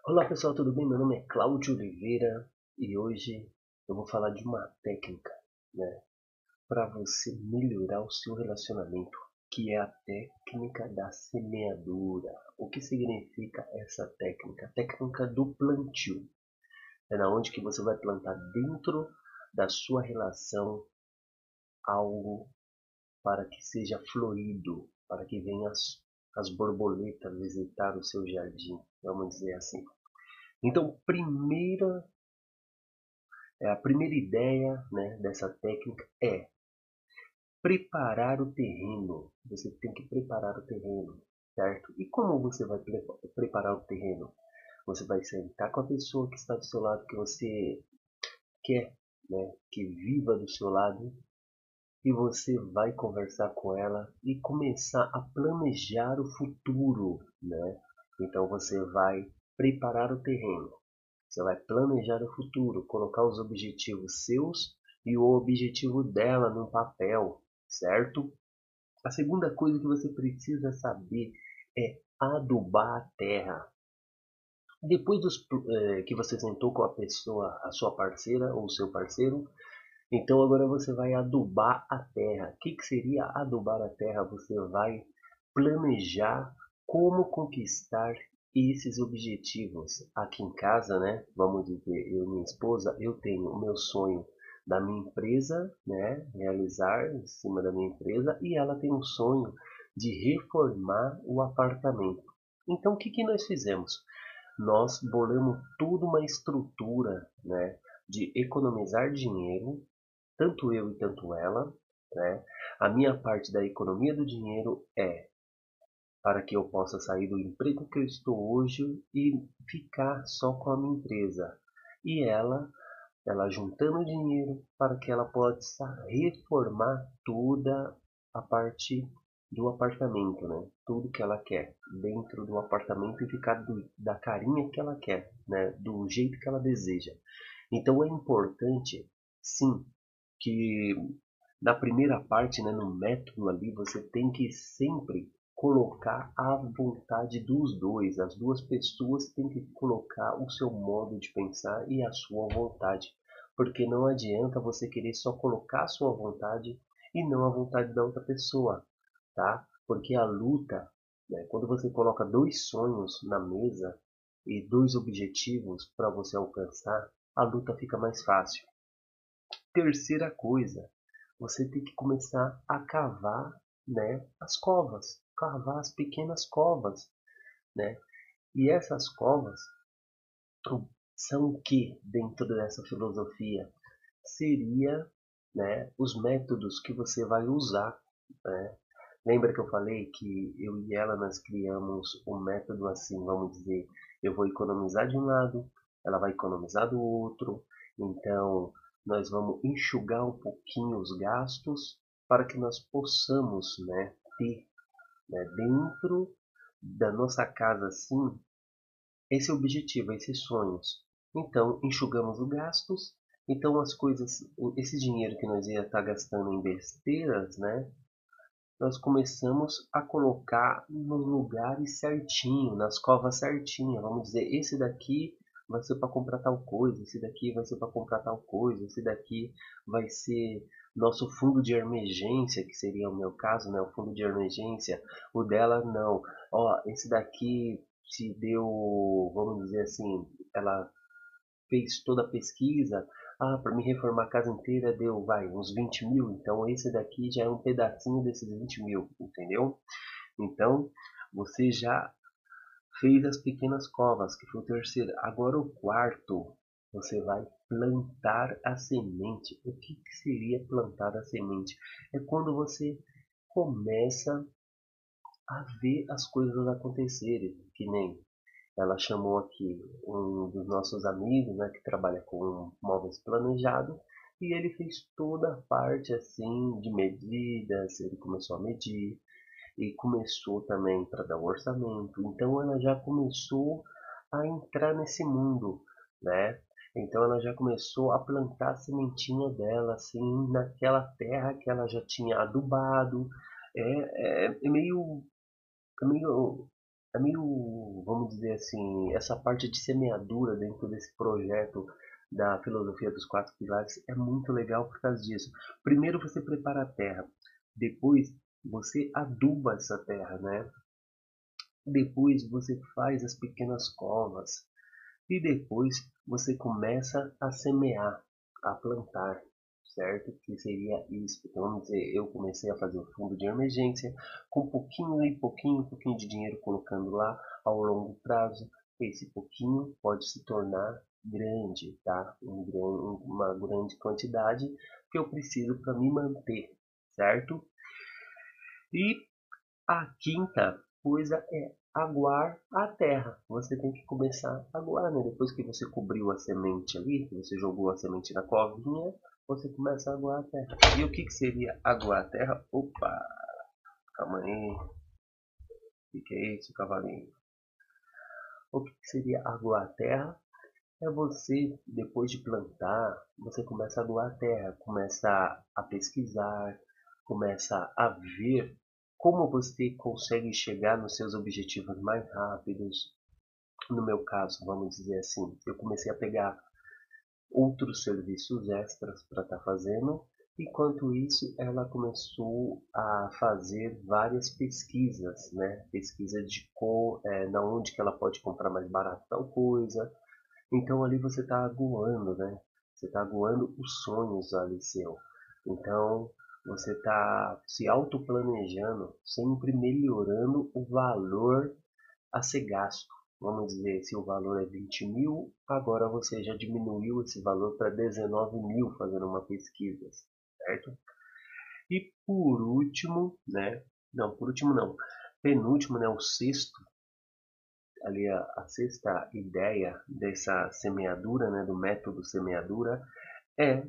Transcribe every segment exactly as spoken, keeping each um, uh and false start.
Olá pessoal, tudo bem? Meu nome é Cláudio Oliveira e hoje eu vou falar de uma técnica, né, para você melhorar o seu relacionamento, que é a técnica da semeadura. O que significa essa técnica? A técnica do plantio. É na onde que você vai plantar dentro da sua relação algo para que seja florido, para que venham as, as borboletas visitar o seu jardim, vamos dizer assim. Então, primeira É, a primeira ideia, né, dessa técnica é preparar o terreno. Você tem que preparar o terreno, certo? E como você vai pre preparar o terreno? Você vai sentar com a pessoa que está do seu lado, que você quer, né, que viva do seu lado, e você vai conversar com ela e começar a planejar o futuro, né? Então você vai preparar o terreno. Você vai planejar o futuro, colocar os objetivos seus e o objetivo dela no papel, certo? A segunda coisa que você precisa saber é adubar a terra. Depois dos, eh, que você sentou com a pessoa, a sua parceira ou seu parceiro, então agora você vai adubar a terra. O que, que seria adubar a terra? Você vai planejar como conquistar esses objetivos. Aqui em casa, né? Vamos dizer, eu e minha esposa, eu tenho o meu sonho da minha empresa, né? Realizar em cima da minha empresa e ela tem um sonho de reformar o apartamento. Então, o que, que nós fizemos? Nós bolamos toda uma estrutura, né? De economizar dinheiro, tanto eu e tanto ela, né? A minha parte da economia do dinheiro é para que eu possa sair do emprego que eu estou hoje e ficar só com a minha empresa. E ela, ela juntando dinheiro para que ela possa reformar toda a parte do apartamento, né? Tudo que ela quer dentro do apartamento e ficar do, da carinha que ela quer, né? Do jeito que ela deseja. Então é importante, sim, que na primeira parte, né, no método ali, você tem que sempre colocar a vontade dos dois. As duas pessoas têm que colocar o seu modo de pensar e a sua vontade. Porque não adianta você querer só colocar a sua vontade e não a vontade da outra pessoa, tá? Porque a luta, né, quando você coloca dois sonhos na mesa e dois objetivos para você alcançar, a luta fica mais fácil. Terceira coisa, você tem que começar a cavar, né, as covas, cavar as pequenas covas, né? E essas covas são o que dentro dessa filosofia? Seria, né, os métodos que você vai usar, né? Lembra que eu falei que eu e ela nós criamos um método assim, vamos dizer, eu vou economizar de um lado, ela vai economizar do outro, então nós vamos enxugar um pouquinho os gastos para que nós possamos, né, ter, né, dentro da nossa casa assim esse objetivo, esses sonhos. Então enxugamos os gastos, então as coisas, esse dinheiro que nós ia estar gastando em besteiras, né, nós começamos a colocar nos lugares certinho, nas covas certinhas. Vamos dizer, esse daqui vai ser para comprar tal coisa, esse daqui vai ser para comprar tal coisa, esse daqui vai ser nosso fundo de emergência, que seria o meu caso, né, o fundo de emergência. O dela não. Ó, esse daqui se deu, vamos dizer assim, ela fez toda a pesquisa. Ah, para me reformar a casa inteira deu, vai, uns vinte mil. Então esse daqui já é um pedacinho desses vinte mil, entendeu? Então você já fez as pequenas covas, que foi o terceiro. Agora o quarto, você vai plantar a semente. O que, que seria plantar a semente? É quando você começa a ver as coisas acontecerem, que nem ela chamou aqui um dos nossos amigos, né, que trabalha com móveis planejados, e ele fez toda a parte assim de medidas, ele começou a medir e começou também para dar o orçamento. Então ela já começou a entrar nesse mundo, né? Então ela já começou a plantar a sementinha dela assim naquela terra que ela já tinha adubado. É, é, é meio, é meio é meio, vamos dizer assim, essa parte de semeadura dentro desse projeto da filosofia dos quatro pilares é muito legal por causa disso. Primeiro você prepara a terra, depois você aduba essa terra, né? Depois você faz as pequenas covas e depois você começa a semear, a plantar, certo? Que seria isso. Então, vamos dizer, eu comecei a fazer o fundo de emergência com pouquinho e pouquinho, pouquinho de dinheiro colocando lá ao longo prazo. Esse pouquinho pode se tornar grande, tá? Um, uma grande quantidade que eu preciso para me manter, certo? E a quinta coisa é aguar a terra. Você tem que começar a aguar, né? Depois que você cobriu a semente ali, que você jogou a semente na covinha, você começa a aguar a terra. E o que, que seria aguar a terra? Opa, calma aí. O que é isso, cavalinho? O que, que seria aguar a terra? É você, depois de plantar, você começa a aguar a terra, começa a pesquisar, começa a ver como você consegue chegar nos seus objetivos mais rápidos. No meu caso, vamos dizer assim, eu comecei a pegar outros serviços extras para estar fazendo. Enquanto isso, ela começou a fazer várias pesquisas, né? Pesquisa de cor, é, na onde que ela pode comprar mais barato tal coisa. Então ali você está aguando, né? Você está aguando os sonhos ali seu. Então você está se autoplanejando, sempre melhorando o valor a ser gasto. Vamos dizer, se o valor é vinte mil, agora você já diminuiu esse valor para dezenove mil fazendo uma pesquisa, certo? E por último, né? Não, por último não. Penúltimo, né? O sexto, ali a, a sexta ideia dessa semeadura, né? Do método semeadura é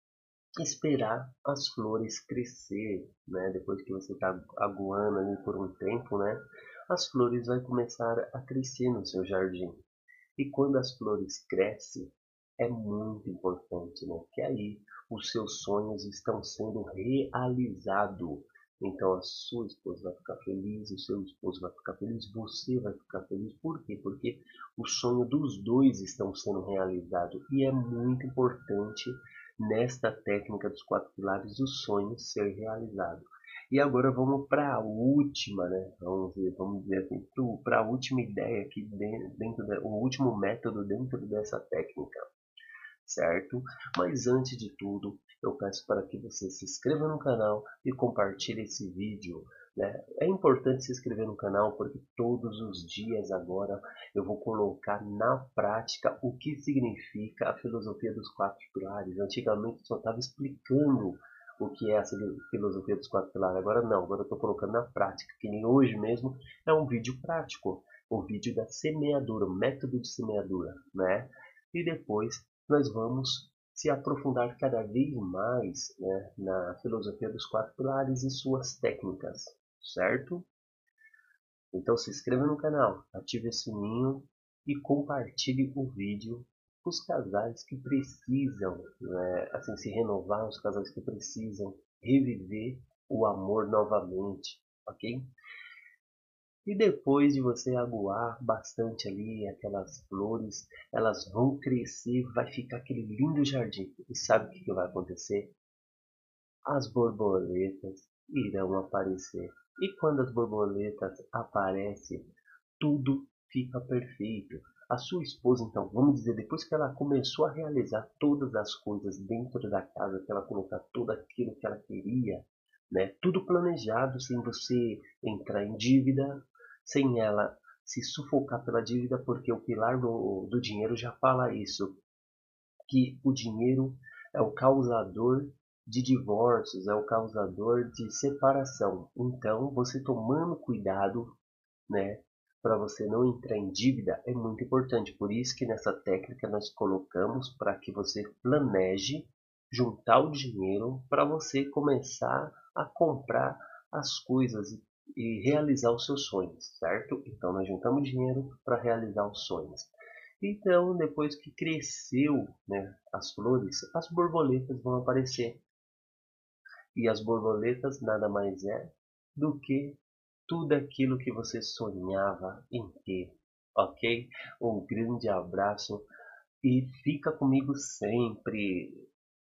esperar as flores crescer, né? Depois que você está aguando ali por um tempo, né? As flores vão começar a crescer no seu jardim. E quando as flores crescem, é muito importante, né? Que aí os seus sonhos estão sendo realizados. Então a sua esposa vai ficar feliz, o seu esposo vai ficar feliz, você vai ficar feliz. Por quê? Porque o sonho dos dois estão sendo realizados. E é muito importante nesta técnica dos quatro pilares o sonho ser realizado. E agora vamos para a última, né? Vamos ver, vamos dizer assim, para a última ideia aqui dentro, da, o último método dentro dessa técnica, certo? Mas antes de tudo, eu peço para que você se inscreva no canal e compartilhe esse vídeo. Né? É importante se inscrever no canal porque todos os dias agora eu vou colocar na prática o que significa a filosofia dos quatro pilares. Antigamente eu só estava explicando o que é essa filosofia dos quatro pilares. Agora não, agora eu estou colocando na prática, que nem hoje mesmo é um vídeo prático, o vídeo da semeadura, o método de semeadura, né? E depois nós vamos se aprofundar cada vez mais, né, na filosofia dos quatro pilares e suas técnicas, certo? Então se inscreva no canal, ative o sininho e compartilhe o vídeo com os casais que precisam, né, assim, se renovar, os casais que precisam reviver o amor novamente, ok? E depois de você aguar bastante ali aquelas flores, elas vão crescer, vai ficar aquele lindo jardim. E sabe o que que vai acontecer? As borboletas irão aparecer. E quando as borboletas aparecem, tudo fica perfeito. A sua esposa, então, vamos dizer, depois que ela começou a realizar todas as coisas dentro da casa, que ela colocar tudo aquilo que ela queria, né? Tudo planejado, sem você entrar em dívida, sem ela se sufocar pela dívida, porque o pilar do, do dinheiro já fala isso, que o dinheiro é o causador de divórcios, é o causador de separação. Então, você tomando cuidado, né, para você não entrar em dívida é muito importante. Por isso que nessa técnica nós colocamos para que você planeje juntar o dinheiro para você começar a comprar as coisas e realizar os seus sonhos, certo? Então nós juntamos dinheiro para realizar os sonhos. Então, depois que cresceu, né, as flores, as borboletas vão aparecer. E as borboletas nada mais é do que tudo aquilo que você sonhava em ter, ok? Um grande abraço e fica comigo sempre.